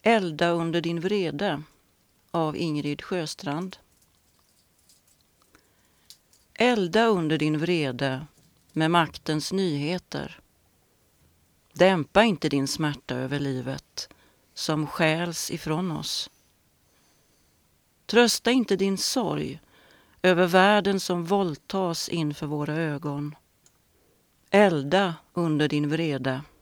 Elda under din vrede av Ingrid Sjöstrand. Elda under din vrede med maktens nyheter. Dämpa inte din smärta över livet som stjäls ifrån oss. Trösta inte din sorg över världen som våldtas inför våra ögon. Elda under din vrede.